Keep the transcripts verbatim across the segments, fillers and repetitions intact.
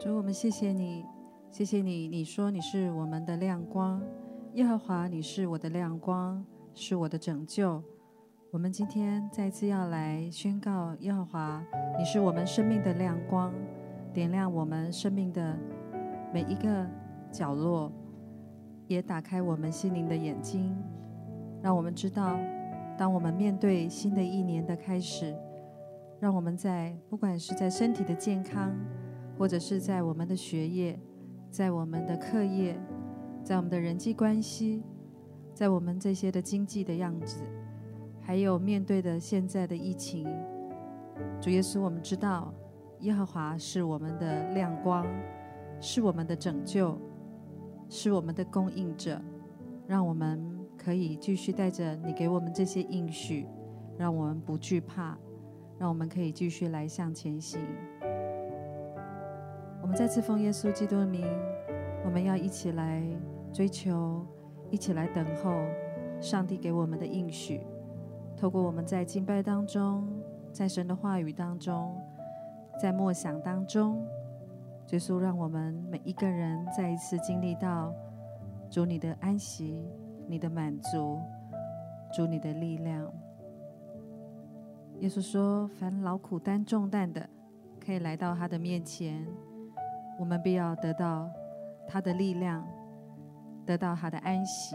主，我们谢谢你，谢谢你，你说你是我们的亮光，耶和华，你是我的亮光，是我的拯救。我们今天再次要来宣告，耶和华，你是我们生命的亮光，点亮我们生命的每一个角落，也打开我们心灵的眼睛，让我们知道，当我们面对新的一年的开始，让我们在不管是在身体的健康，或者是在我们的学业，在我们的课业，在我们的人际关系，在我们这些的经济的样子，还有面对的现在的疫情，主耶稣，我们知道耶和华是我们的亮光，是我们的拯救，是我们的供应者，让我们可以继续带着你给我们这些应许，让我们不惧怕，让我们可以继续来向前行。我们再次奉耶稣基督的名，我们要一起来追求，一起来等候上帝给我们的应许，透过我们在敬拜当中，在神的话语当中，在默想当中，耶稣让我们每一个人再一次经历到主你的安息，你的满足，主你的力量。耶稣说，凡劳苦担重担的，可以来到他的面前，我们必要得到他的力量，得到他的安息。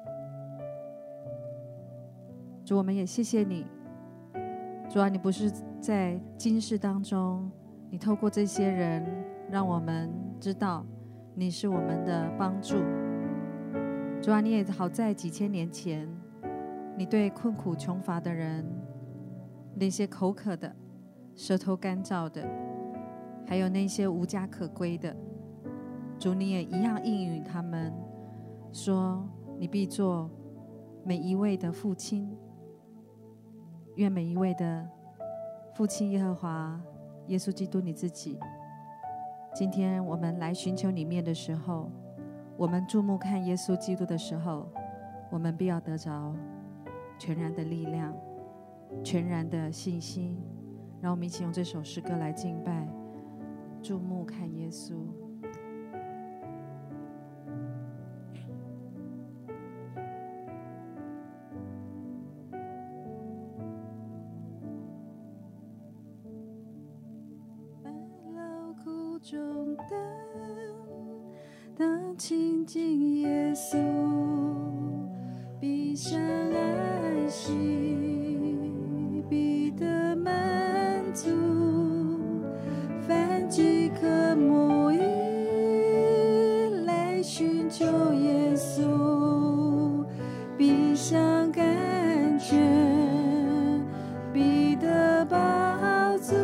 主，我们也谢谢你，主啊，你不是在今世当中，你透过这些人让我们知道你是我们的帮助。主啊，你也好在几千年前，你对困苦穷乏的人，那些口渴的，舌头干燥的，还有那些无家可归的，主你也一样应允他们，说你必做每一位的父亲。愿每一位的父亲耶和华耶稣基督你自己，今天我们来寻求你面的时候，我们注目看耶稣基督的时候，我们必要得着全然的力量，全然的信心。让我们一起用这首诗歌来敬拜，注目看耶稣。 重担，当亲近耶稣，必享安息，必得满足。凡饥渴慕义，来寻求耶稣，必享甘泉，必得饱足。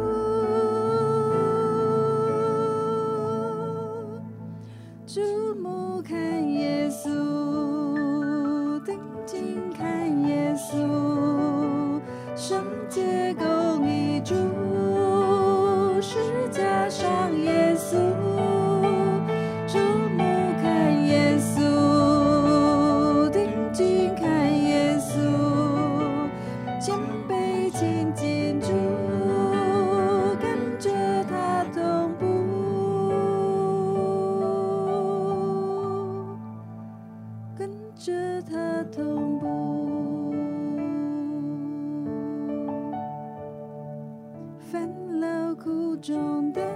注目看耶稣，定睛看耶稣，圣洁公义主，十架上耶稣。注目看耶稣，定睛看耶稣，谦卑亲近主，跟着他同步。跟着他同步，烦劳苦重担，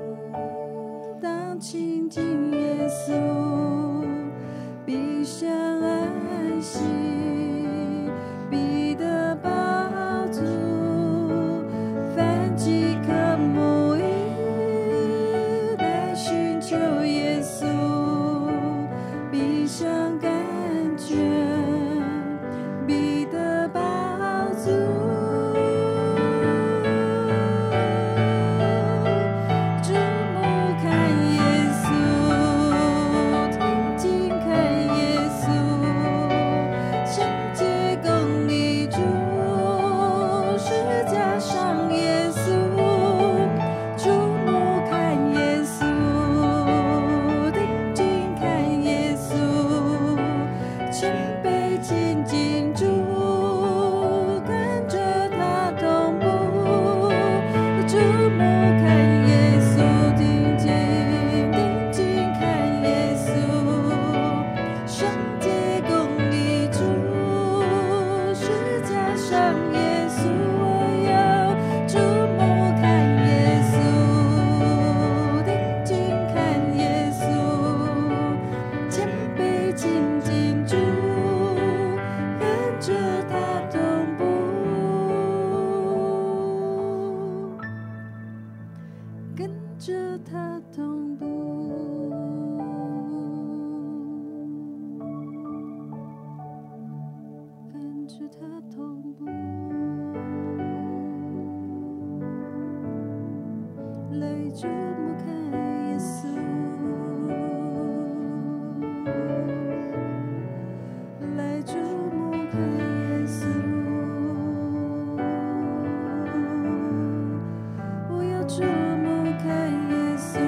当亲近耶稣，必享安息，必得饱足。凡饥渴慕义，来寻求耶稣，必享甘泉，必得饱足。注目看耶稣，定睛看耶稣， 着他同步，跟着他同步，来注目看耶稣，来注目看耶稣。注目看耶稣，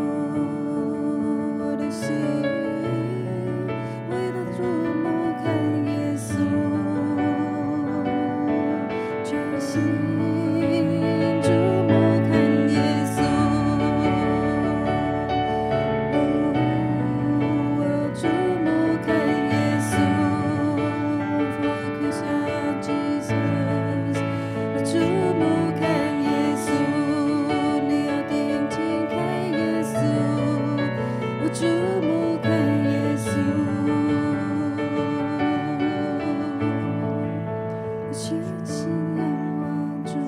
我的心为了注目看耶稣，全心注目看耶稣。我要注目看耶稣 ，Focus on Jesus， 注目看耶稣。注目看耶稣，全心仰望主。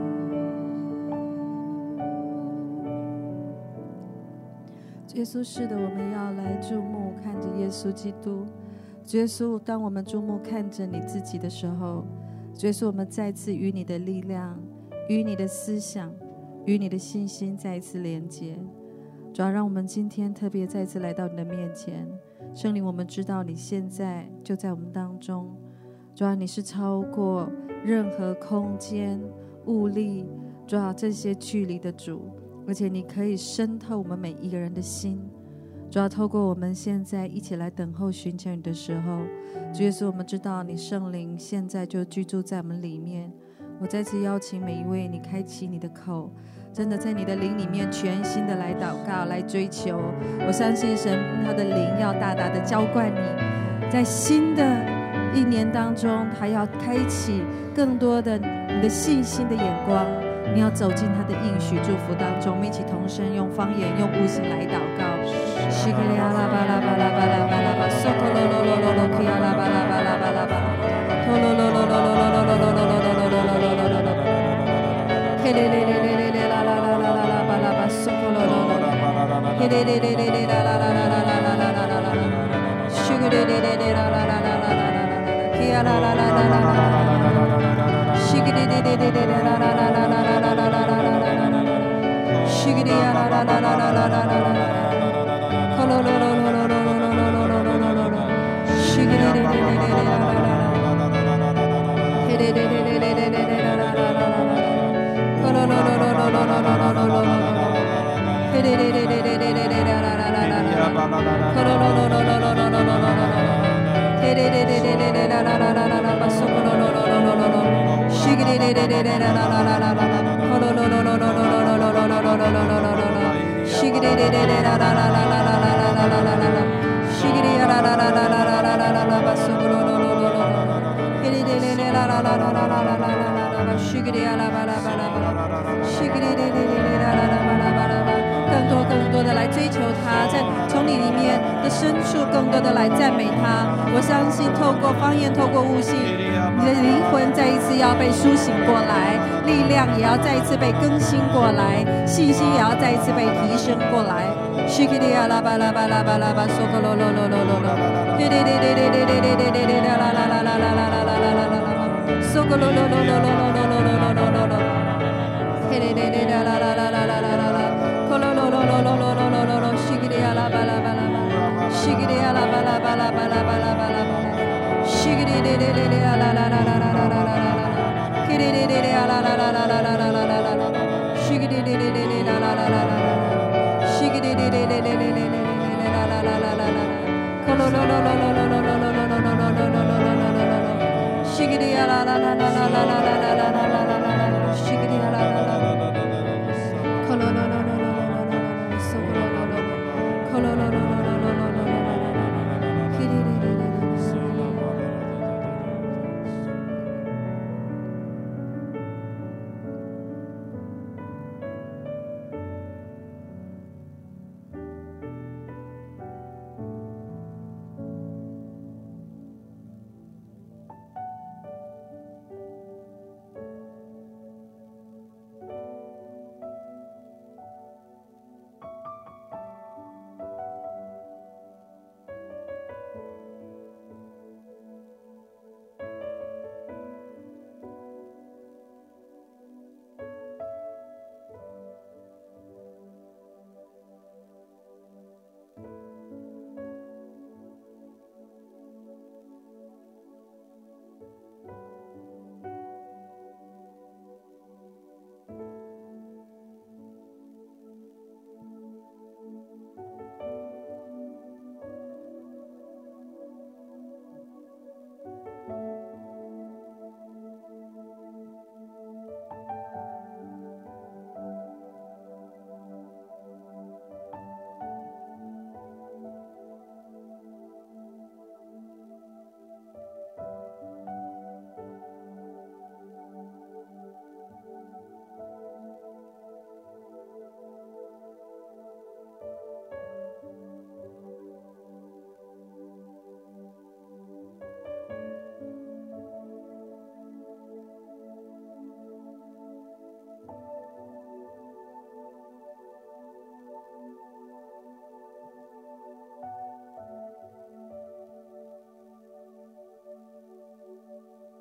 耶稣，是的，我们要来注目看着耶稣基督。耶稣，当我们注目看着你自己的时候，耶稣，我们再次与你的力量、与你的思想、与你的信心再一次连接。主要让我们今天特别再次来到你的面前，圣灵，我们知道你现在就在我们当中。主要你是超过任何空间、物力，主要这些距离的主，而且你可以渗透我们每一个人的心。主要透过我们现在一起来等候寻求你的时候，主耶稣，我们知道你圣灵现在就居住在我们里面。我再次邀请每一位，你开启你的口，真的在你的灵里面全心的来祷告，来追求。我相信神他的灵要大大的浇灌你，在新的一年当中，他要开启更多的你的信心的眼光，你要走进他的应许祝福当中。我们一起同声用方言、用悟性来祷告。西克里阿拉巴拉巴拉巴拉巴拉巴，索托罗罗罗罗罗基阿拉巴拉巴拉巴拉巴，托罗罗罗罗罗罗罗罗罗罗罗罗罗罗罗罗罗，嘿嘞嘞嘞嘞嘞啦啦啦啦啦啦巴拉巴，索托罗罗罗，嘿嘞嘞嘞嘞嘞啦啦啦啦啦啦啦啦啦啦啦，西克嘞嘞嘞嘞啦啦啦啦啦啦啦啦，基阿拉啦啦啦啦啦啦，西克嘞嘞嘞嘞嘞啦啦啦啦啦啦啦啦啦啦啦，西克哩阿啦啦啦啦啦啦啦啦啦。咯咯咯咯咯咯咯咯咯咯咯咯咯，西格哩哩哩哩哩啦啦啦啦，嘿哩哩哩哩哩哩哩啦啦啦啦啦，咯咯咯咯咯咯咯咯咯咯咯咯，嘿哩哩哩哩哩哩哩啦啦啦啦啦，咯咯咯咯咯咯咯咯咯咯咯，嘿哩哩哩哩哩哩啦啦啦啦啦，巴索咯咯咯咯咯咯咯，西格哩哩哩哩哩啦啦啦啦啦啦，咯咯咯咯咯咯咯咯咯咯咯咯咯咯咯。西格哩哩哩哩啦啦啦啦啦啦啦啦啦啦啦，西格哩呀啦啦啦啦啦啦啦啦啦啦，巴苏格罗罗罗罗罗，嘿哩哩哩哩啦啦啦啦啦啦啦啦啦啦，西格哩呀啦巴拉巴拉巴拉，西格哩哩哩哩哩啦啦啦巴拉巴拉巴，更多更多的来追求他，在从你里面的深处，更多的来赞美他。我相信透过方言，透过悟性，你的灵魂再一次要被苏醒过来，力量也要再一次被更新过来，信心也要再一次被提升过来。西克里阿拉巴拉巴拉巴拉巴，索克罗罗罗罗罗罗，嘿哩哩哩哩哩哩哩哩哩哩啦啦啦啦啦啦啦啦啦啦啦，索克罗罗罗罗罗罗罗罗罗罗罗，嘿哩哩哩啦啦啦啦啦啦啦啦，克罗罗罗罗罗罗罗罗罗，西克里阿拉巴拉巴拉巴，西克里阿拉巴拉巴拉巴拉巴拉巴拉巴，西克里哩哩哩哩啦啦啦啦啦啦啦啦啦啦，嘿哩哩哩哩啦啦啦啦啦啦啦啦啦啦，西克里哩哩哩哩啦啦啦啦啦。西格哩哩哩哩哩哩哩哩啦啦啦啦啦啦，咯咯咯咯咯咯咯咯咯咯咯咯咯咯咯咯，西格哩呀啦啦啦啦啦啦啦啦啦啦啦啦，西格哩呀啦啦啦，咯咯咯。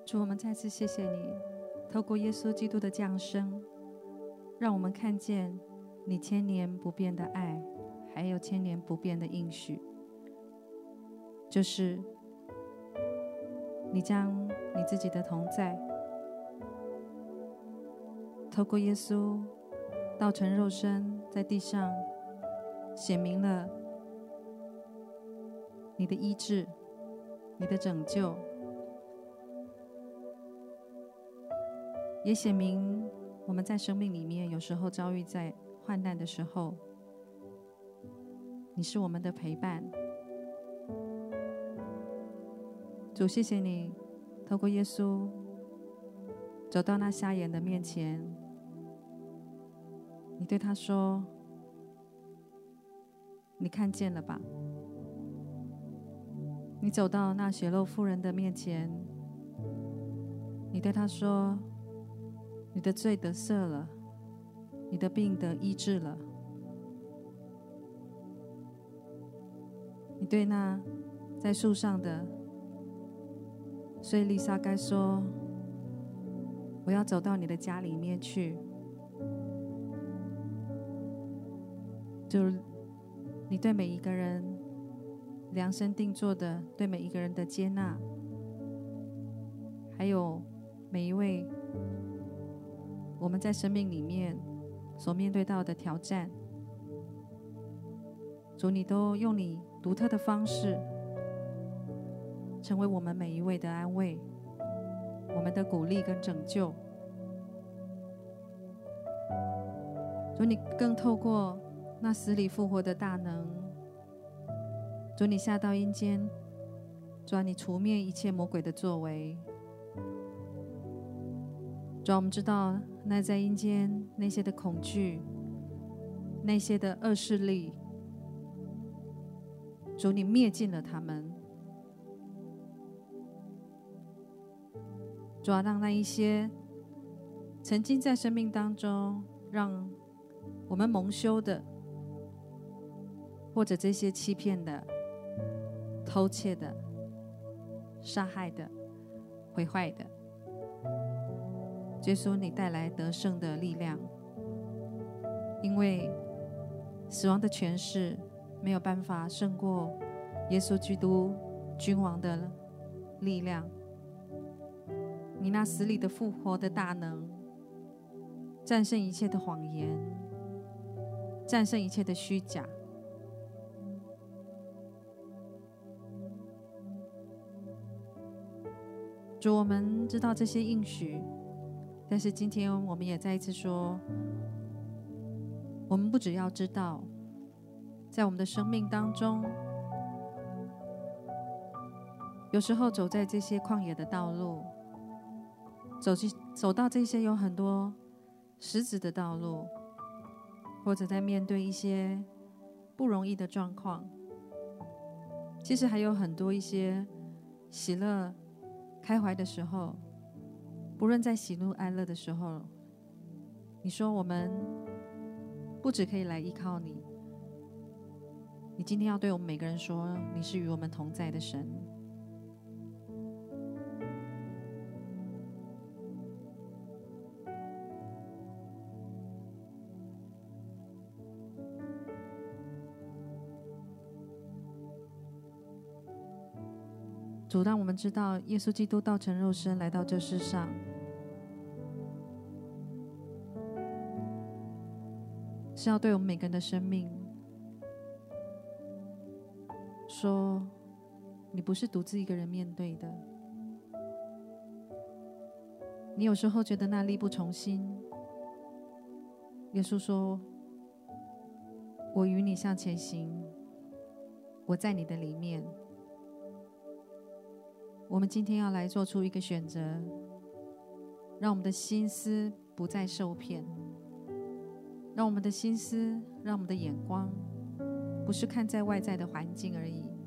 主，我们再次谢谢你，透过耶稣基督的降生，让我们看见你千年不变的爱，还有千年不变的应许，就是你将你自己的同在，透过耶稣道成肉身，在地上显明了你的医治，你的拯救，也显明我们在生命里面有时候遭遇在患难的时候，你是我们的陪伴。主，谢谢你透过耶稣走到那瞎眼的面前，你对他说，你看见了吧？你走到那血漏妇人的面前，你对他说，你的罪得赦了，你的病得医治了。你对那在树上的税吏撒该说，我要走到你的家里面去。就你对每一个人量身定做的，对每一个人的接纳，还有每一位我们在生命里面所面对到的挑战，主，你都用你独特的方式成为我们每一位的安慰，我们的鼓励跟拯救。主，你更透过那死里复活的大能，主，你下到阴间，主啊，你除灭一切魔鬼的作为。主啊，我们知道那在阴间那些的恐惧，那些的恶势力，主，你灭尽了他们。主啊，让那一些曾经在生命当中让我们蒙羞的，或者这些欺骗的、偷窃的、杀害的、毁坏的，耶稣，你带来得胜的力量，因为死亡的权势没有办法胜过耶稣基督君王的力量。你那死里的复活的大能，战胜一切的谎言，战胜一切的虚假。主，我们知道这些应许，但是今天我们也再一次说，我们不只要知道，在我们的生命当中，有时候走在这些旷野的道路，走去走到这些有很多石子的道路，或者在面对一些不容易的状况，其实还有很多一些喜乐开怀的时候，不论在喜怒哀乐的时候，你说我们不只可以来依靠你，你今天要对我们每个人说，你是与我们同在的神。主，让我们知道耶稣基督道成肉身来到这世上，是要对我们每个人的生命说，你不是独自一个人面对的。你有时候觉得那力不从心，耶稣说，我与你向前行，我在你的里面。我们今天要来做出一个选择，让我们的心思不再受骗，让我们的心思，让我们的眼光不是看在外在的环境而已。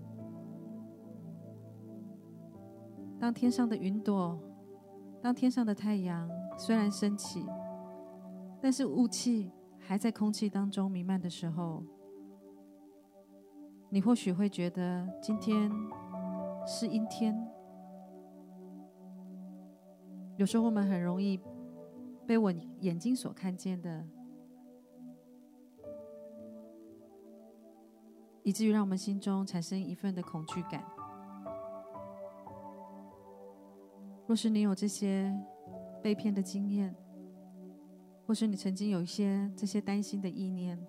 当天上的云朵，当天上的太阳虽然升起，但是雾气还在空气当中弥漫的时候，你或许会觉得今天是阴天， 有时候我们很容易被我眼睛所看见的，以至于让我们心中产生一份的恐惧感。若是你有这些被骗的经验，或是你曾经有一些这些担心的意念，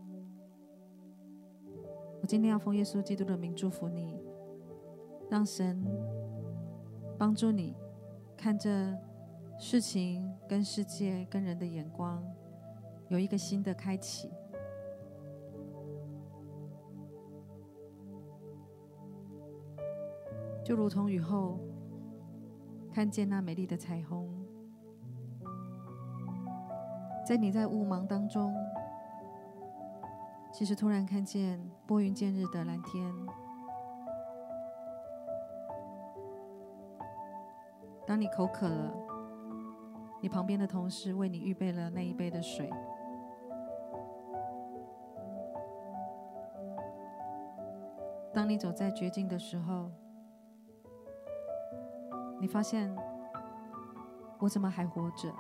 我今天要奉耶稣基督的名祝福你，让神帮助你看着事情跟世界跟人的眼光有一个新的开启。就如同雨后看见那美丽的彩虹，在你在雾茫当中，其实突然看见拨云见日的蓝天。当你口渴了，你旁边的同事为你预备了那一杯的水。当你走在绝境的时候，你发现我怎么还活着？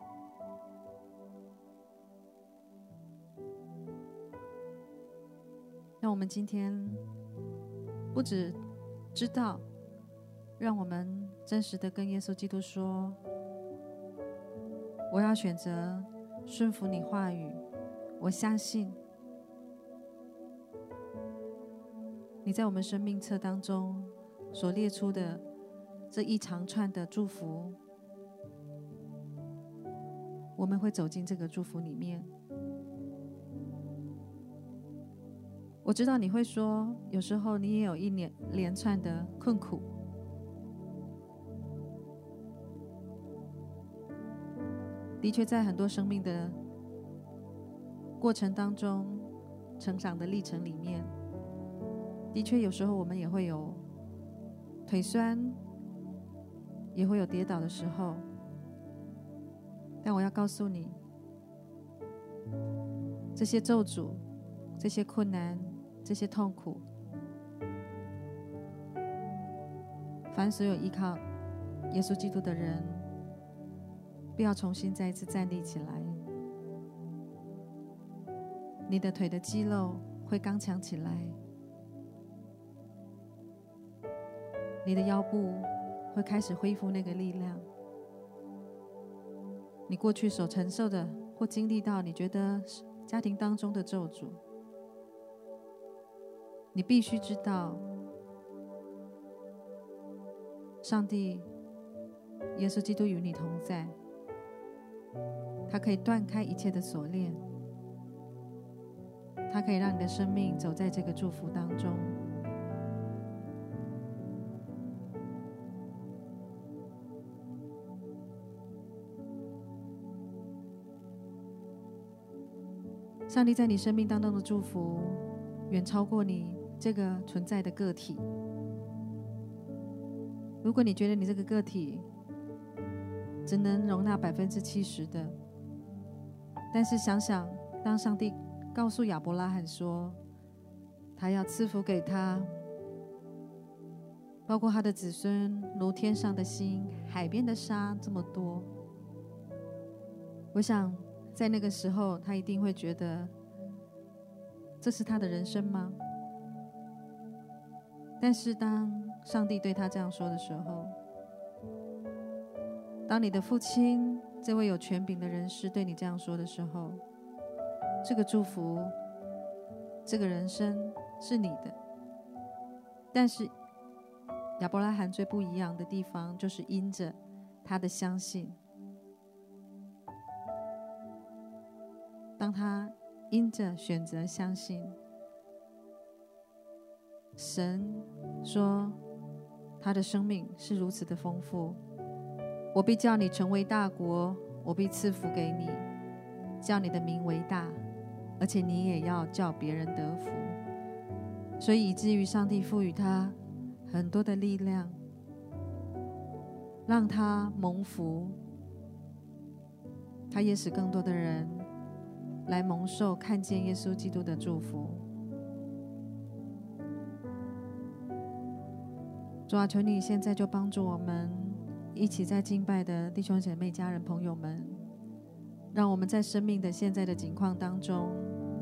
让我们今天不只知道，让我们真实的跟耶稣基督说，我要选择顺服你话语，我相信你在我们生命册当中所列出的这一长串的祝福，我们会走进这个祝福里面。我知道你会说，有时候你也有一连连串的困苦，的确在很多生命的过程当中，成长的历程里面，的确有时候我们也会有腿酸，也会有跌倒的时候。但我要告诉你，这些咒诅，这些困难，这些痛苦，凡所有依靠耶稣基督的人，必要重新再一次站立起来。你的腿的肌肉会刚强起来，你的腰部会开始恢复那个力量。你过去所承受的或经历到你觉得家庭当中的咒诅，你必须知道，上帝耶稣基督与你同在，他可以断开一切的锁链，他可以让你的生命走在这个祝福当中。上帝在你生命当中的祝福远超过你这个存在的个体。如果你觉得你这个个体只能容纳百分之七十的，但是想想，当上帝告诉亚伯拉罕说，他要赐福给他，包括他的子孙如天上的星，海边的沙这么多，我想在那个时候，他一定会觉得，这是他的人生吗？但是当上帝对他这样说的时候，当你的父亲这位有权柄的人士对你这样说的时候，这个祝福，这个人生是你的。但是亚伯拉罕最不一样的地方，就是因着他的相信，当他因着选择相信，神说他的生命是如此的丰富，我必叫你成为大国，我必赐福给你，叫你的名为大，而且你也要叫别人得福。所以以至于上帝赋予他很多的力量，让他蒙福，他也使更多的人来蒙受看见耶稣基督的祝福。主啊，求你现在就帮助我们， 一起在敬拜的弟兄姐妹、家人、朋友们，让我们在生命的现在的境况当中，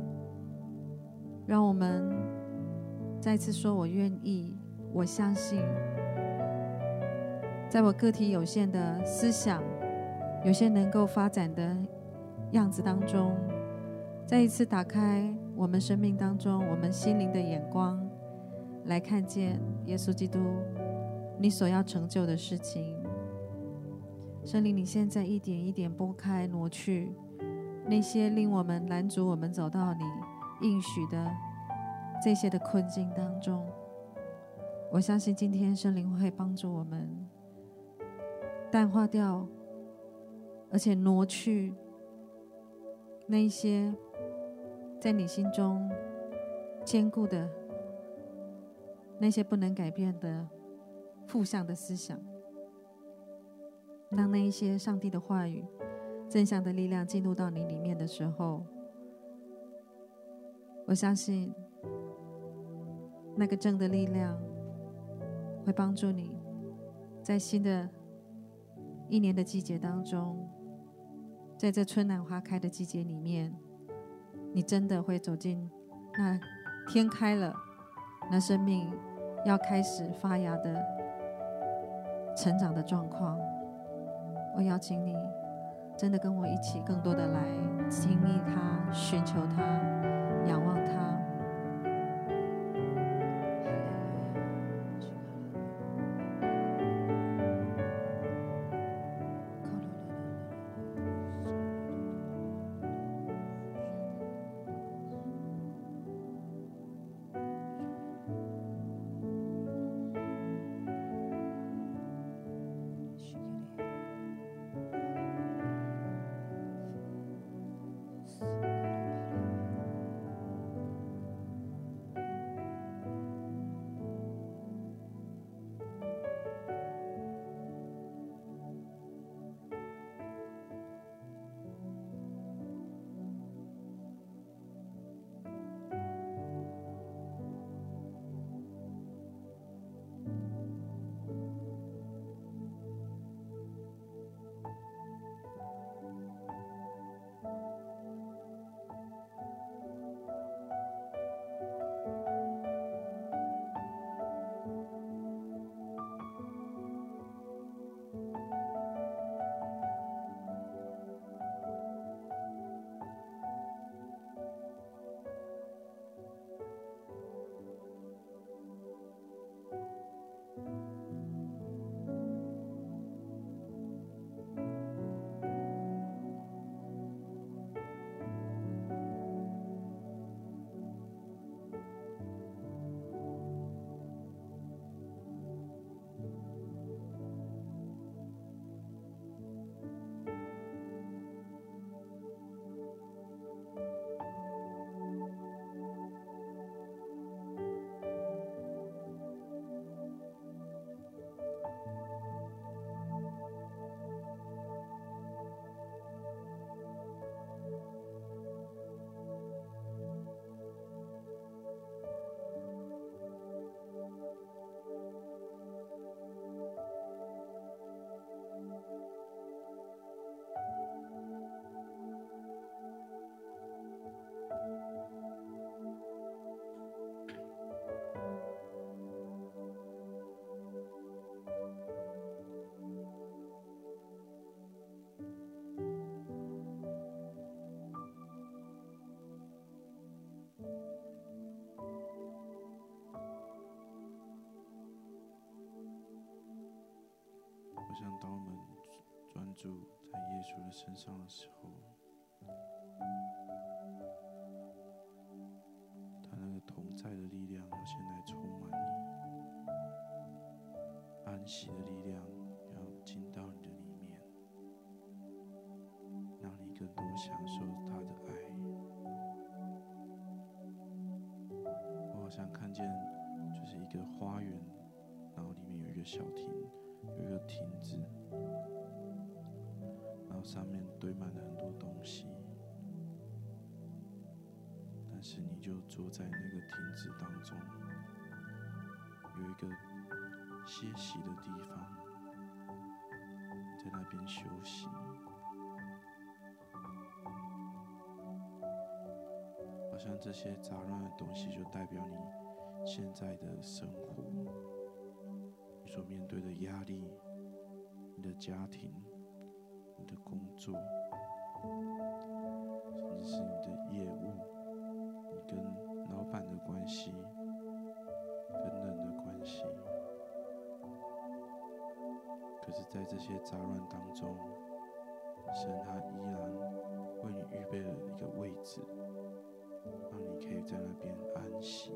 让我们再次说我愿意，我相信，在我个体有限的思想、有些能够发展的样子当中，再一次打开我们生命当中我们心灵的眼光，来看见耶稣基督你所要成就的事情。圣灵，你现在一点一点拨开挪去那些令我们拦阻我们走到你应许的这些的困境当中。我相信今天圣灵会帮助我们淡化掉，而且挪去那一些在你心中坚固的那些不能改变的负向的思想，当那一些上帝的话语、正向的力量进入到你里面的时候，我相信那个正的力量会帮助你在新的一年的季节当中，在这春暖花开的季节里面，你真的会走进那天开了，那生命要开始发芽的成长的状况。我邀请你真的跟我一起更多的来经历他、寻求他、仰望他。 我想当我们专注在耶稣的身上的时候，他那个同在的力量要先来充满你，安息的力量要进到你的里面，让你更多享受他的爱。我好像看见就是一个花园，然后里面有一个小亭，有一个亭子，然后上面堆满了很多东西，但是你就坐在那个亭子当中，有一个歇息的地方， 在那边休息。好像这些杂乱的东西就代表你现在的生活，你所面对的压力，你的家庭，你的工作，甚至是你的业务，你跟老板的关系，跟人的关系。可是在这些杂乱当中，神他依然为你预备了一个位置，让你可以在那边安息。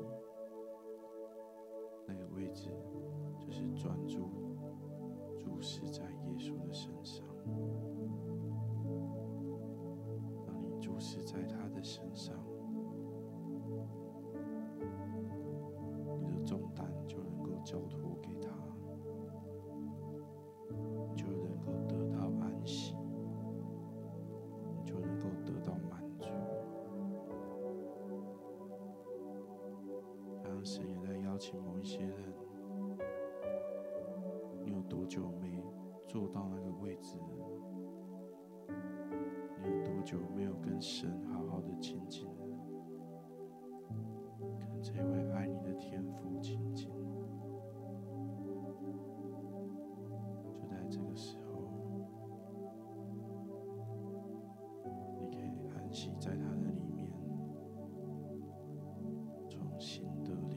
那个位置就是专注注视在耶稣的身上，让你注视在他的身上，你的重担就能够交托给他，你就能够得到安息，你就能够得到满足。当然神也在邀请某一些人，你有多久没坐到那个位置了？你有多久没有跟神好好的亲近了？跟这位爱你的天父亲近。就在这个时候，你可以安息在他的里面，重新得力。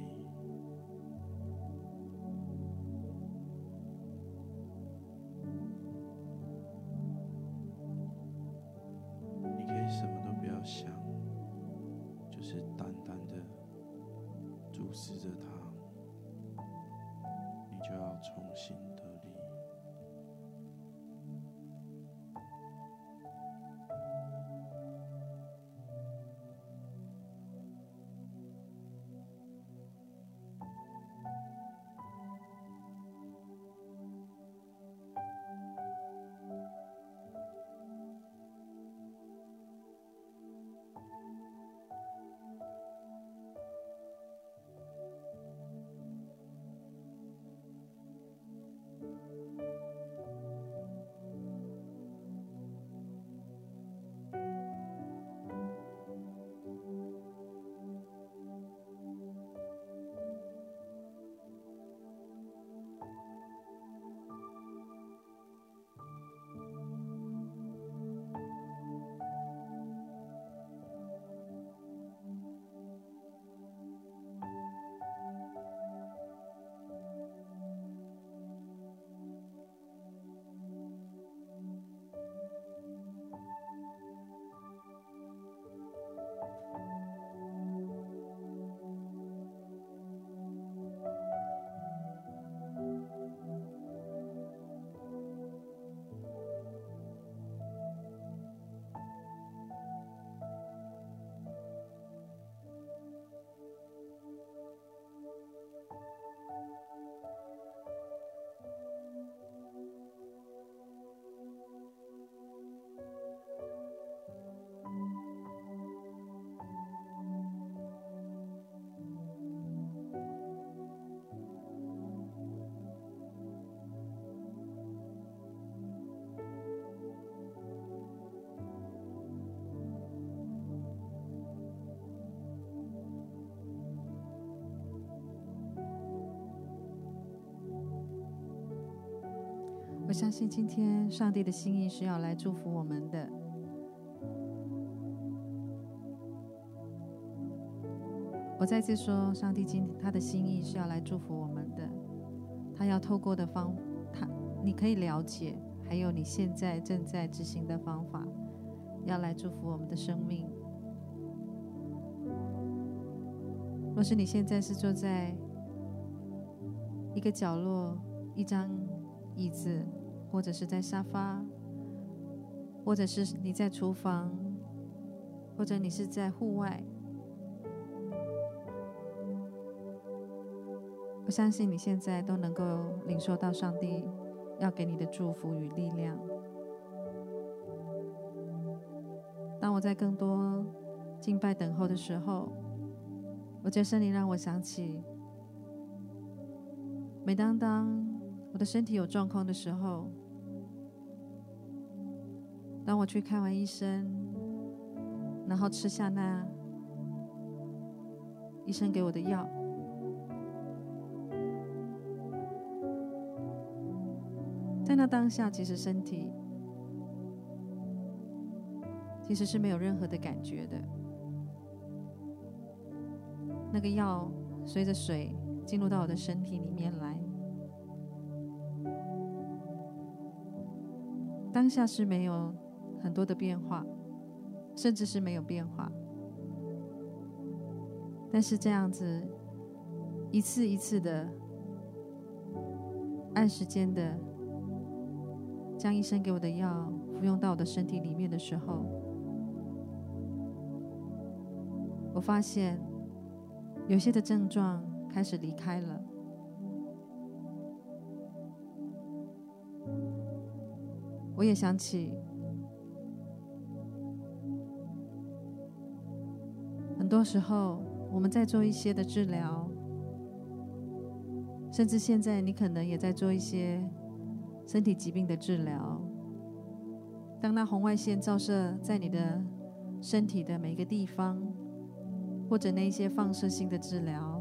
你可以什么都不要想，就是单单的注视着他，你就要重新得力。 我相信今天上帝的心意是要来祝福我们的。我再次说，上帝今他的心意是要来祝福我们的。他要透过的方，他你可以了解，还有你现在正在执行的方法，要来祝福我们的生命。若是你现在是坐在一个角落，一张椅子，或者是在沙发，或者是你在厨房，或者你是在户外，我相信你现在都能够领受到上帝要给你的祝福与力量。当我在更多敬拜等候的时候，我觉得圣灵让我想起，每当当我的身体有状况的时候， 当我去看完医生，然后吃下那医生给我的药，在那当下，其实身体其实是没有任何的感觉的。那个药随着水进入到我的身体里面来，当下是没有很多的变化，甚至是没有变化。但是这样子一次一次的按时间的将医生给我的药服用到我的身体里面的时候，我发现有些的症状开始离开了。我也想起很多时候我们在做一些的治疗，甚至现在你可能也在做一些身体疾病的治疗。当那红外线照射在你的身体的每一个地方，或者那一些放射性的治疗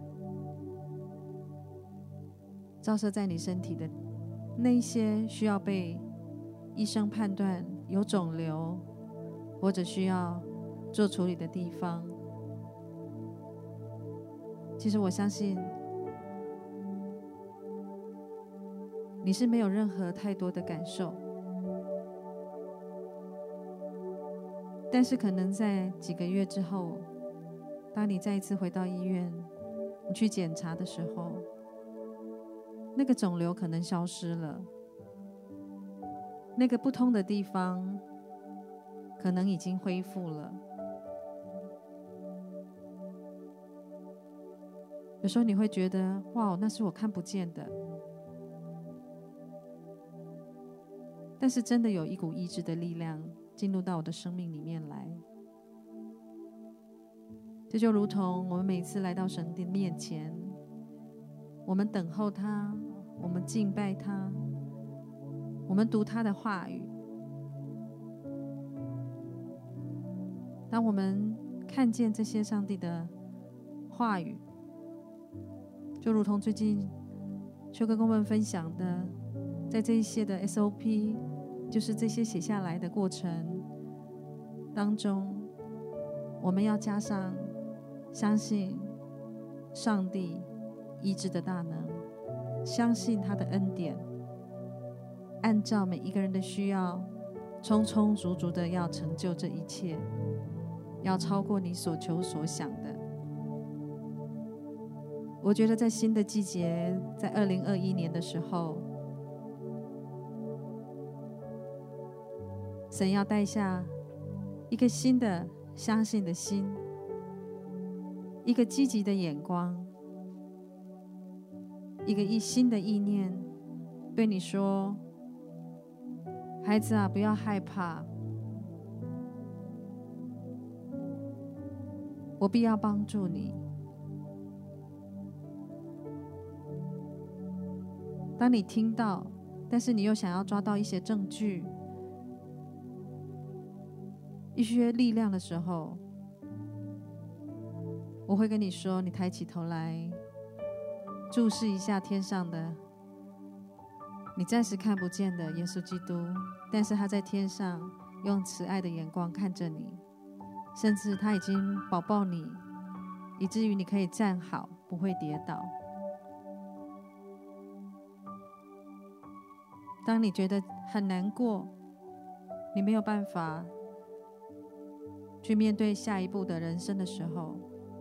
照射在你身体的那一些需要被医生判断有肿瘤或者需要做处理的地方，其实我相信你是没有任何太多的感受，但是可能在几个月之后，当你再一次回到医院，你去检查的时候，那个肿瘤可能消失了，那个不通的地方可能已经恢复了。有时候你会觉得，哇，那是我看不见的。但是真的有一股医治的力量进入到我的生命里面来。这就如同我们每次来到神的面前，我们等候他，我们敬拜他，我们读他的话语。当我们看见这些上帝的话语，就如同最近秋哥跟我们分享的，在这一些的 S O P， 就是这些写下来的过程当中，我们要加上相信上帝医治的大能，相信他的恩典，按照每一个人的需要充充足足的要成就这一切，要超过你所求所想的。我觉得在新的季节，在二零二一年的时候，神要带下一个新的相信的心，一个积极的眼光，一个一新的意念，对你说，孩子啊，不要害怕，我必要帮助你。当你听到，但是你又想要抓到一些证据，一些力量的时候，我会跟你说，你抬起头来注视一下天上的你暂时看不见的耶稣基督，但是他在天上用慈爱的眼光看着你，甚至他已经保抱你，以至于你可以站好，不会跌倒。当你觉得很难过，你没有办法去面对下一步的人生的时候，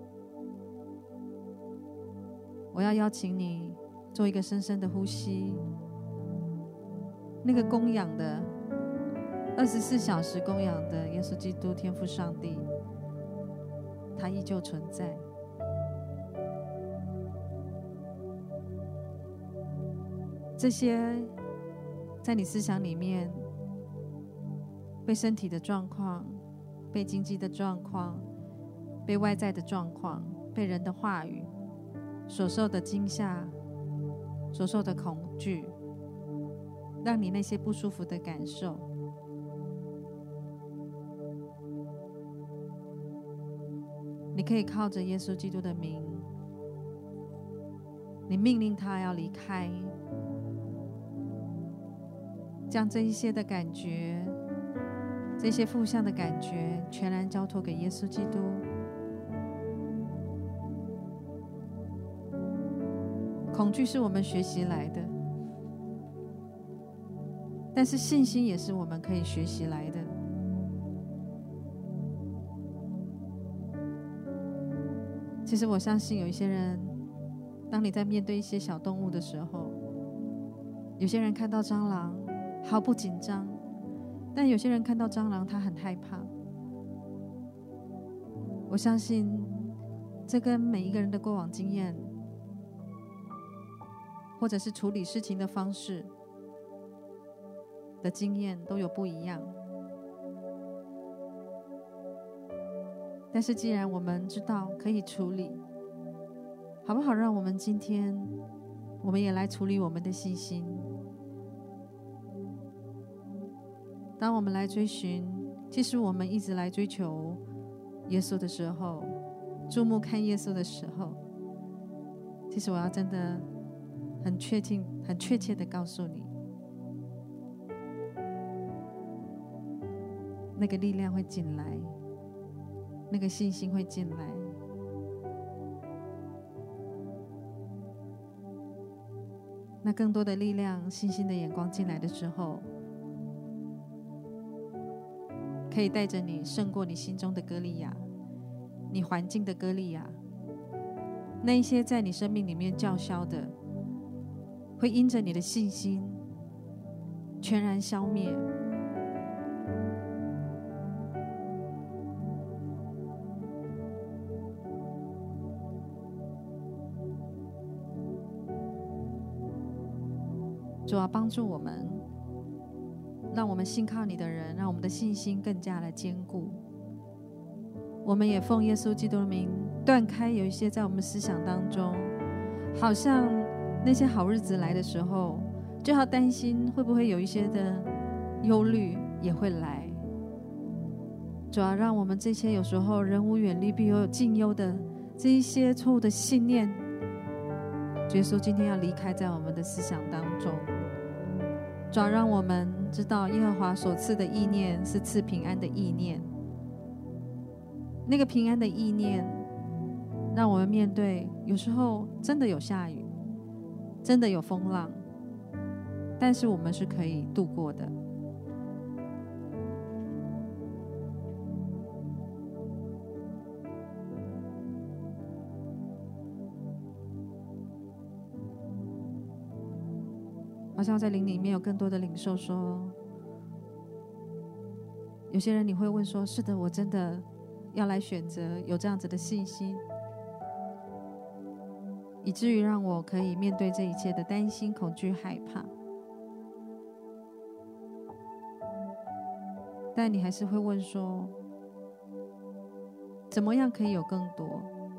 我要邀请你做一个深深的呼吸。那个供养的二十四小时供养的耶稣基督天父上帝，他依旧存在。这些在你思想里面被身体的状况、被经济的状况、被外在的状况、被人的话语所受的惊吓、所受的恐惧，让你那些不舒服的感受， 你可以靠着耶稣基督的名，你命令他要离开，将这一些的感觉，这些负向的感觉全然交托给耶稣基督。恐惧是我们学习来的，但是信心也是我们可以学习来的。其实我相信有一些人，当你在面对一些小动物的时候，有些人看到蟑螂毫不紧张，但有些人看到蟑螂他很害怕。我相信这跟每一个人的过往经验，或者是处理事情的方式的经验都有不一样。但是既然我们知道可以处理，好不好让我们今天我们也来处理我们的信心。当我们来追寻，其实我们一直来追求耶稣的时候，注目看耶稣的时候，其实我要真的很确定很确切的告诉你，那个力量会进来，那个信心会进来。那更多的力量信心的眼光进来的时候，可以带着你胜过你心中的歌利亚，你环境的歌利亚，那一些在你生命里面叫嚣的，会因着你的信心全然消灭。主啊，帮助我们，让我们信靠你的人，让我们的信心更加的坚固。我们也奉耶稣基督的名断开有一些在我们思想当中，好像那些好日子来的时候，就要担心会不会有一些的忧虑也会来。主啊，让我们这些有时候人无远虑必有近忧的这一些错误的信念，耶稣今天要离开在我们的思想当中。主啊，让我们知道耶和华所赐的意念是赐平安的意念，那个平安的意念让我们面对有时候真的有下雨，真的有风浪，但是我们是可以度过的。好像在灵里面有更多的领受说，有些人你会问说，是的，我真的要来选择有这样子的信心，以至于让我可以面对这一切的担心、恐惧、害怕。但你还是会问说，怎么样可以有更多？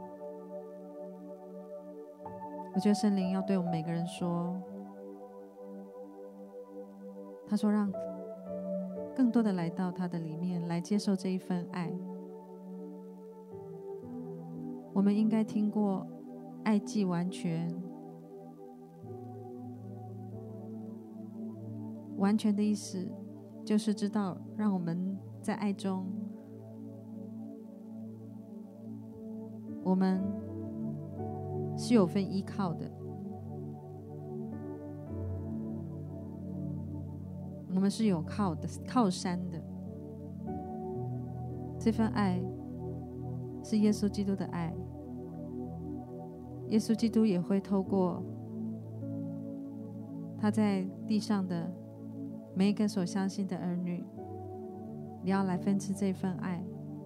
我觉得圣灵要对我们每个人说，他说让更多的来到他的里面，来接受这一份爱。我们应该听过爱既完全，完全的意思就是知道让我们在爱中，我们是有份依靠的，我们是有靠的靠山的。这份爱是耶稣基督的爱，耶稣基督也会透过他在地上的每一个所相信的儿女，你要来分赐这份爱。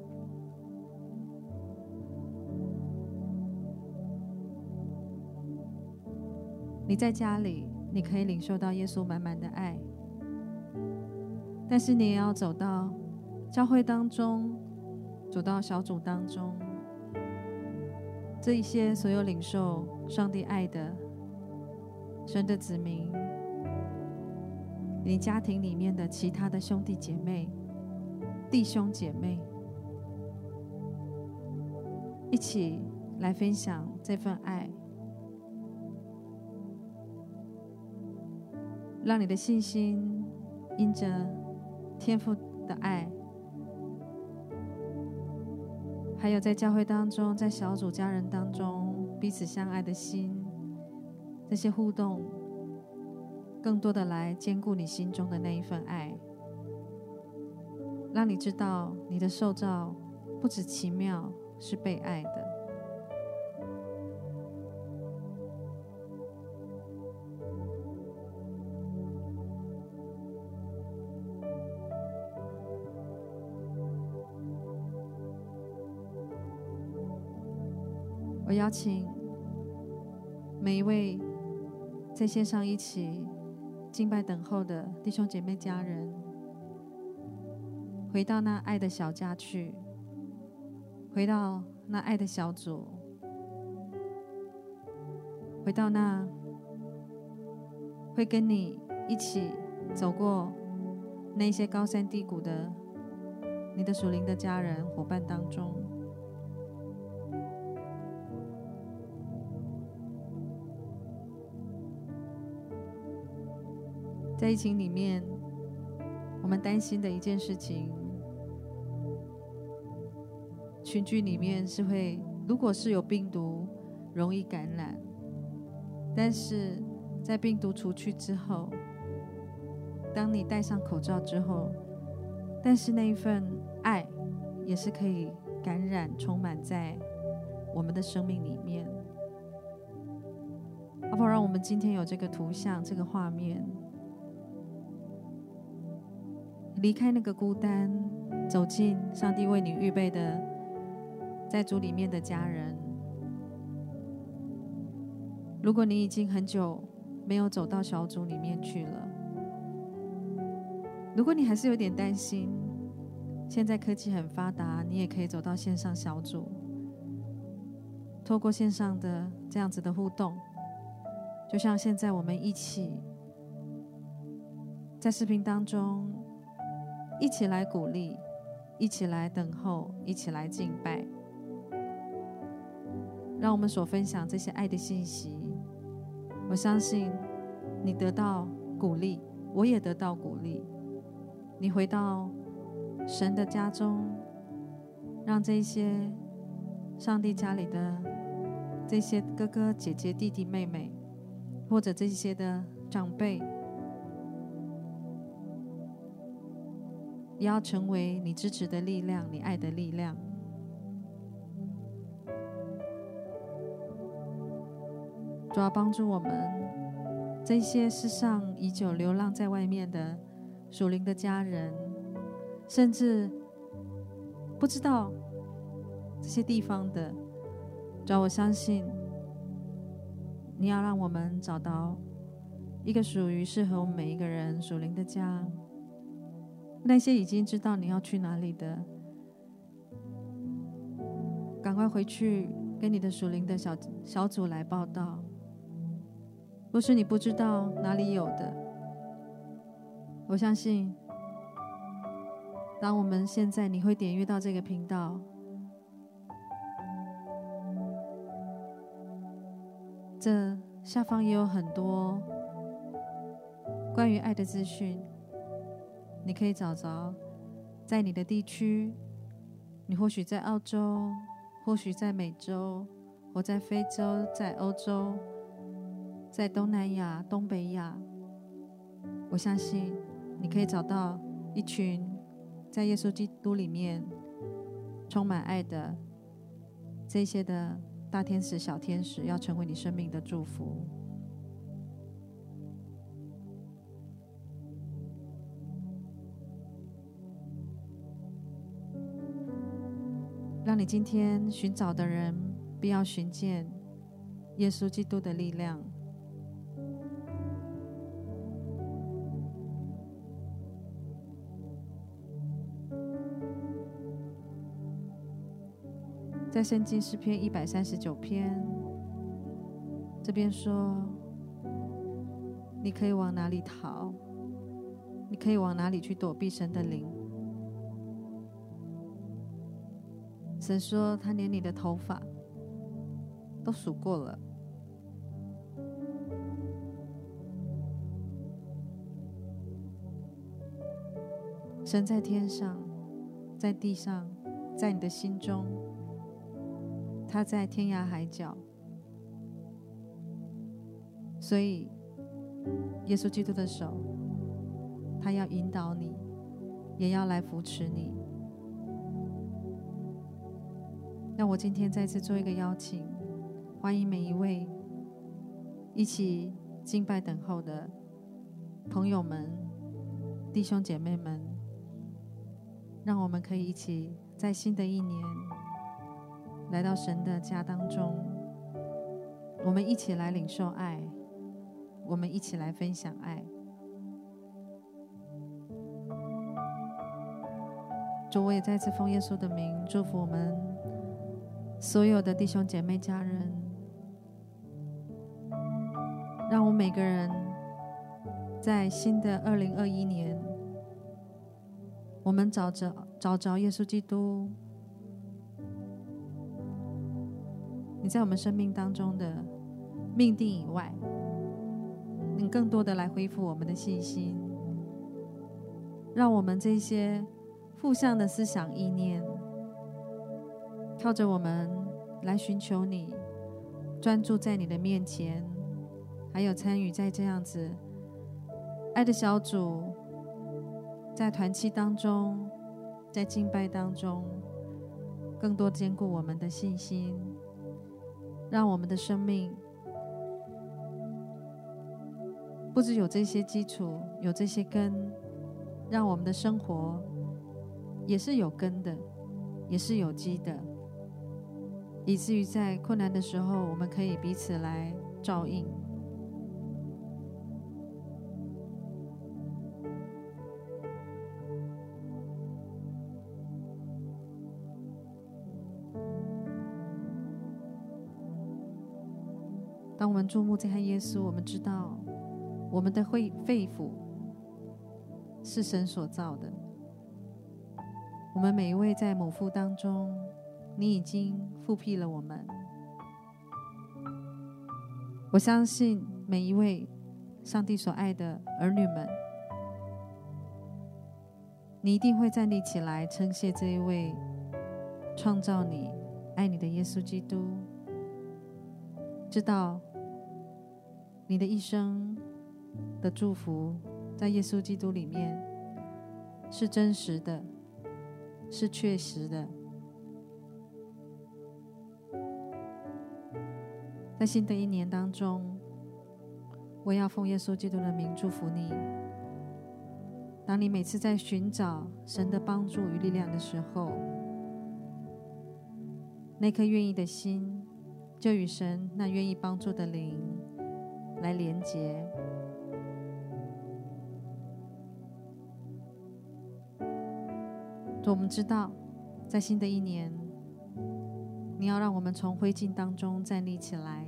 你在家里，你可以领受到耶稣满满的爱，但是你也要走到教会当中，走到小组当中，这一些所有领受上帝爱的神的子民，你家庭里面的其他的兄弟姐妹、弟兄姐妹， 一起来分享这份爱，让你的信心因着天父的爱，还有在教会当中，在小组家人当中彼此相爱的心，这些互动更多的来兼顾你心中的那一份爱，让你知道你的受造不止奇妙，是被爱的。我邀请每一位在线上一起敬拜等候的弟兄姐妹家人，回到那爱的小家去，回到那爱的小组，回到那会跟你一起走过那些高山低谷的你的属灵的家人伙伴当中。在疫情里面，我们担心的一件事情，群聚里面是会，如果是有病毒，容易感染。但是在病毒除去之后，当你戴上口罩之后，但是那一份爱也是可以感染充满在我们的生命里面。阿爸，让我们今天有这个图像，这个画面，离开那个孤单，走进上帝为你预备的在主里面的家人。如果你已经很久没有走到小组里面去了，如果你还是有点担心，现在科技很发达，你也可以走到线上小组，透过线上的这样子的互动，就像现在我们一起在视频当中一起来鼓励，一起来等候，一起来敬拜，让我们所分享这些爱的信息，我相信你得到鼓励，我也得到鼓励。你回到神的家中，让这些上帝家里的这些哥哥姐姐弟弟妹妹，或者这些的长辈，也要成为你支持的力量，你爱的力量。主要帮助我们这些世上已久流浪在外面的属灵的家人，甚至不知道这些地方的，主要我相信你要让我们找到一个属于适合我们每一个人属灵的家。那些已经知道你要去哪里的，赶快回去跟你的属灵的小小组来报道。若是你不知道哪里有的，我相信当我们现在你会点阅到这个频道，这下方也有很多关于爱的资讯，你可以找着在你的地区，你或许在澳洲，或许在美洲，或在非洲，在欧洲，在东南亚、东北亚，我相信你可以找到一群在耶稣基督里面充满爱的这些的大天使、小天使，要成为你生命的祝福。让你今天寻找的人必要寻见耶稣基督的力量。在圣经诗篇一百三十九篇这边说，你可以往哪里逃？你可以往哪里去躲避神的灵？ 神说他连你的头发都数过了。神在天上，在地上，在你的心中，他在天涯海角。所以耶稣基督的手，他要引导你，也要来扶持你。让我今天再次做一个邀请，欢迎每一位一起敬拜等候的朋友们、弟兄姐妹们，让我们可以一起在新的一年来到神的家当中，我们一起来领受爱，我们一起来分享爱。主，我也再次奉耶稣的名祝福我们所有的弟兄姐妹家人，让我们每个人在新的二零二一年，我们找着找着耶稣基督，你在我们生命当中的命定以外，你更多的来恢复我们的信心，让我们这些负向的思想意念，靠着我们来寻求你，专注在你的面前，还有参与在这样子爱的小组，在团契当中，在敬拜当中，更多坚固我们的信心，让我们的生命不只有这些基础，有这些根，让我们的生活也是有根的，也是有基的，以至于在困难的时候，我们可以彼此来照应。当我们注目在看耶稣，我们知道我们的肺肺腑是神所造的。我们每一位在母腹当中，你已经复辟了我们。我相信每一位上帝所爱的儿女们，你一定会站立起来称谢这一位创造你、爱你的耶稣基督，知道你的一生的祝福在耶稣基督里面是真实的，是确实的。在新的一年当中，我要奉耶稣基督的名祝福你。当你每次在寻找神的帮助与力量的时候，那颗愿意的心就与神那愿意帮助的灵来连结。我们知道在新的一年，你要让我们从灰烬当中站立起来，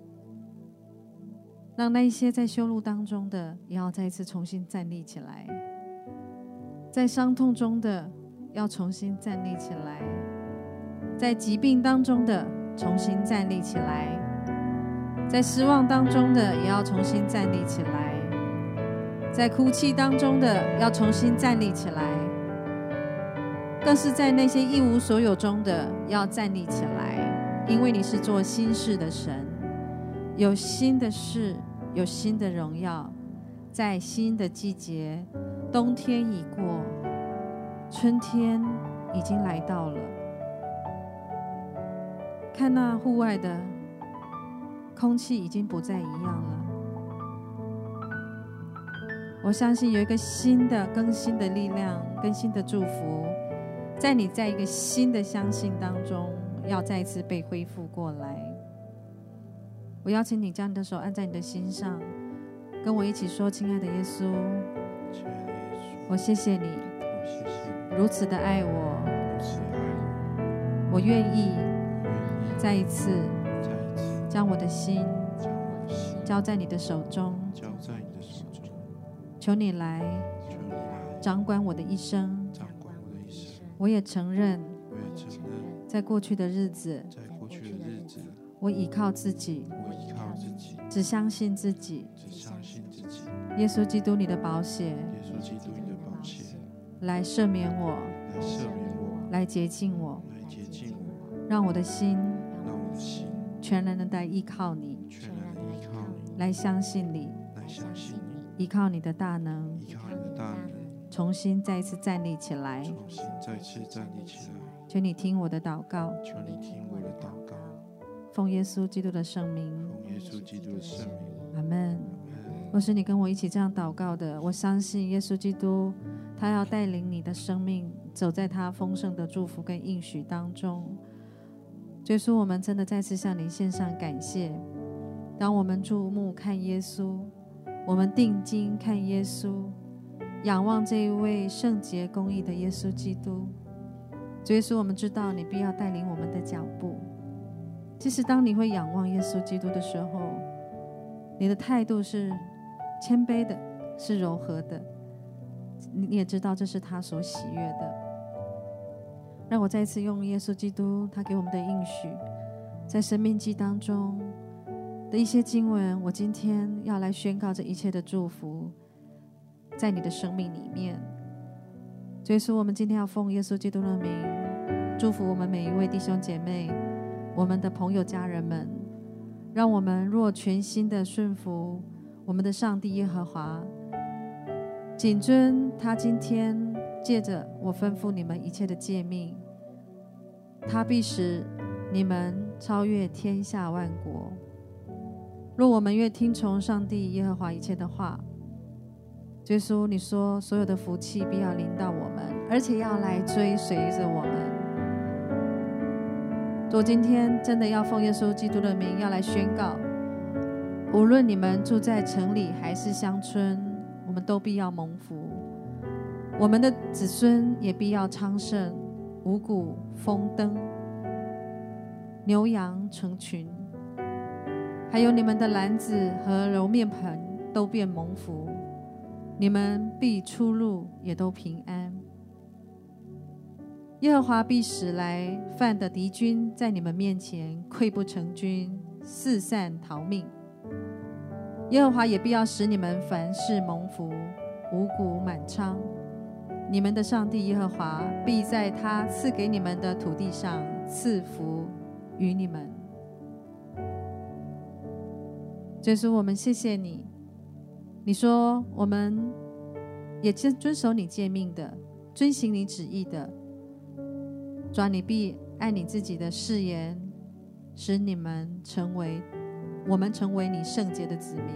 让那一些在羞辱当中的也要再一次重新站立起来，在伤痛中的要重新站立起来，在疾病当中的重新站立起来，在失望当中的也要重新站立起来，在哭泣当中的要重新站立起来，更是在那些一无所有中的要站立起来，因为你是做新事的神，有新的事，有新的荣耀，在新的季节，冬天已过，春天已经来到了。看那户外的空气已经不再一样了，我相信有一个新的更新的力量，更新的祝福，在你在一个新的相信当中要再一次被恢复过来。我邀请你将你的手按在你的心上，跟我一起说：亲爱的耶稣，我谢谢你如此的爱我，我愿意再一次将我的心交在你的手中，求你来掌管我的一生。我也承认在过去的日子， 在过去的日子， 我倚靠自己， 我依靠自己， 只相信自己。 只相信自己。 耶稣基督，你的宝血耶稣基督，你的宝血来赦免我， 来赦免我， 来洁净我， 来洁净我， 让我的心让我的心全然的来依靠你， 全然的依靠你， 来相信你， 来相信你， 依靠你的大能， 依靠你的大能， 重新再一次站立起来。 重新再次站立起来。 求你听我的祷告， 求你听我的祷告， 奉耶稣基督的圣名， 奉耶稣基督的圣名。 阿门。 阿门。 若是你跟我一起这样祷告的，我相信耶稣基督他要带领你的生命走在他丰盛的祝福跟应许当中。耶稣，我们真的再次向你献上感谢。当我们注目看耶稣，我们定睛看耶稣，仰望这一位圣洁公义的耶稣基督。耶稣，我们知道你必要带领我们的脚步。其实当你会仰望耶稣基督的时候，你的态度是谦卑的，是柔和的，你也知道这是他所喜悦的。让我再一次用耶稣基督他给我们的应许，在生命记当中的一些经文，我今天要来宣告这一切的祝福在你的生命里面。耶稣，我们今天要奉耶稣基督的名祝福我们每一位弟兄姐妹，我们的朋友家人们，让我们若全心的顺服我们的上帝耶和华，谨遵他今天借着我吩咐你们一切的诫命，他必使你们超越天下万国。若我们越听从上帝耶和华一切的话，耶稣，你说所有的福气必要临到我们，而且要来追随着我们。我今天真的要奉耶稣基督的名要来宣告，无论你们住在城里还是乡村，我们都必要蒙福，我们的子孙也必要昌盛，五谷丰登，牛羊成群，还有你们的篮子和揉面盆都变蒙福，你们必出入也都平安。耶和华必使来犯的敌军在你们面前溃不成军，四散逃命。耶和华也必要使你们凡事蒙福，五谷满仓。你们的上帝耶和华必在他赐给你们的土地上赐福于你们。耶稣，我们谢谢你，你说我们也遵守你诫命的，遵行你旨意的，主啊，你必按你自己的誓言，使你们成为我们成为你圣洁的子民。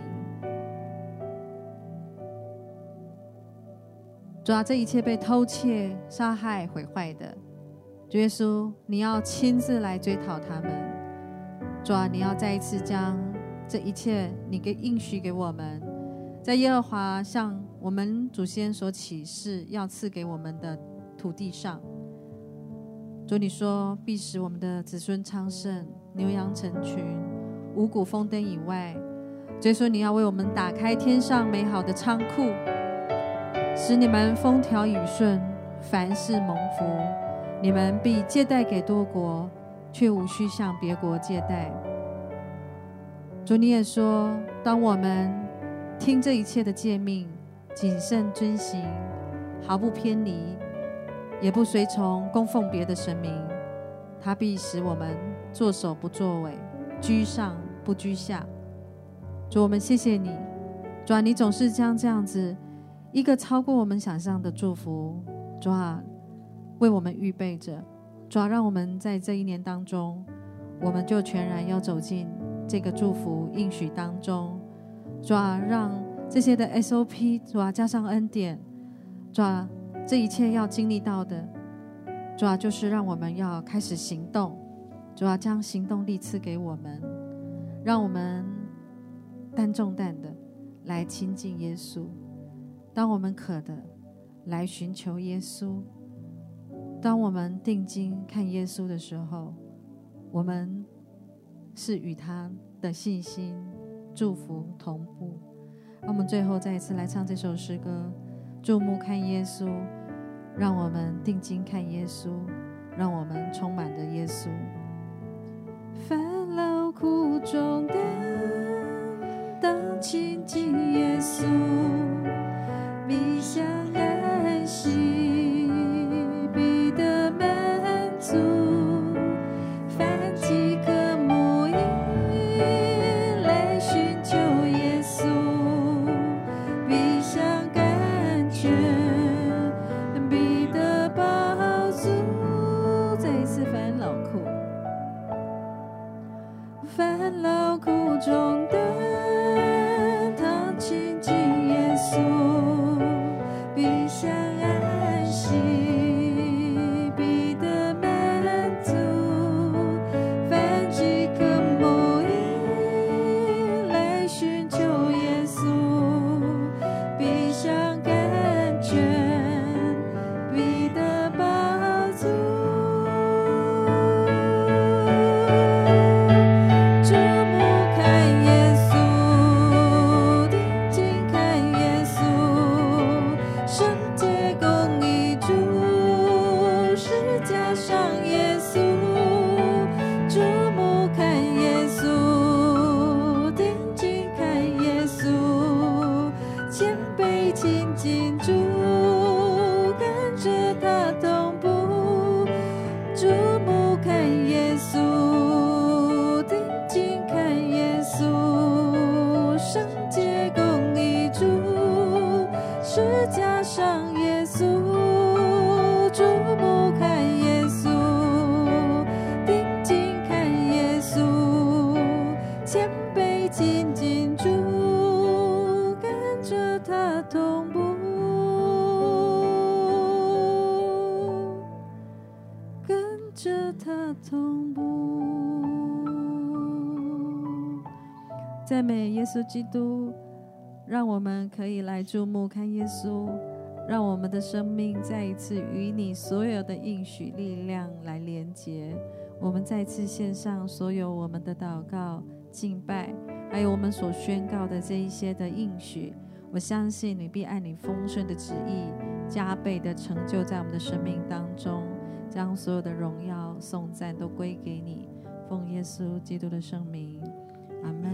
主啊，这一切被偷窃、杀害、毁坏的，主耶稣，你要亲自来追讨他们。主啊，你要再一次将这一切你给应许给我们，在耶和华向我们祖先所起誓要赐给我们的土地上。主，你说必使我们的子孙昌盛，牛羊成群，五谷丰登以外，主耶稣，你要为我们打开天上美好的仓库，使你们风调雨顺，凡事蒙福。你们必借贷给多国，却无需向别国借贷。主，你也说，当我们听这一切的诫命，谨慎遵行，毫不偏离，也不随从供奉别的神明，他必使我们作首不作尾，居上不居下。主，我们谢谢你，主啊，你总是将这样子一个超过我们想象的祝福，主啊，为我们预备着。主啊，让我们在这一年当中，我们就全然要走进这个祝福应许当中。主啊，让这些的 S O P， 主啊，加上恩典，主啊，这一切要经历到的，主啊，就是让我们要开始行动。主啊，将行动力赐给我们，让我们担重担的来亲近耶稣。当我们渴的来寻求耶稣，当我们定睛看耶稣的时候，我们是与他的信心祝福同步。让我们最后再一次来唱这首诗歌，注目看耶稣，让我们定睛看耶稣， 让我们充满着耶稣。 烦劳苦重担，当亲近耶稣，必享安息，必得满足。凡饥渴慕义，来寻求耶稣，必享甘泉，必得饱足。再一次烦劳苦。烦劳苦重担，当亲近耶稣，必享安息，必得满足。凡饥渴慕义，来寻求耶稣，必享甘泉，必得饱足。赞美耶稣基督，让我们可以来注目看耶稣，让我们的生命再一次与你所有的应许力量来连结。我们再次献上所有我们的祷告、敬拜，还有我们所宣告的这一些的应许。我相信你必按你丰盛的旨意，加倍的成就在我们的生命当中，将所有的荣耀、颂赞都归给你。奉耶稣基督的圣名，阿们。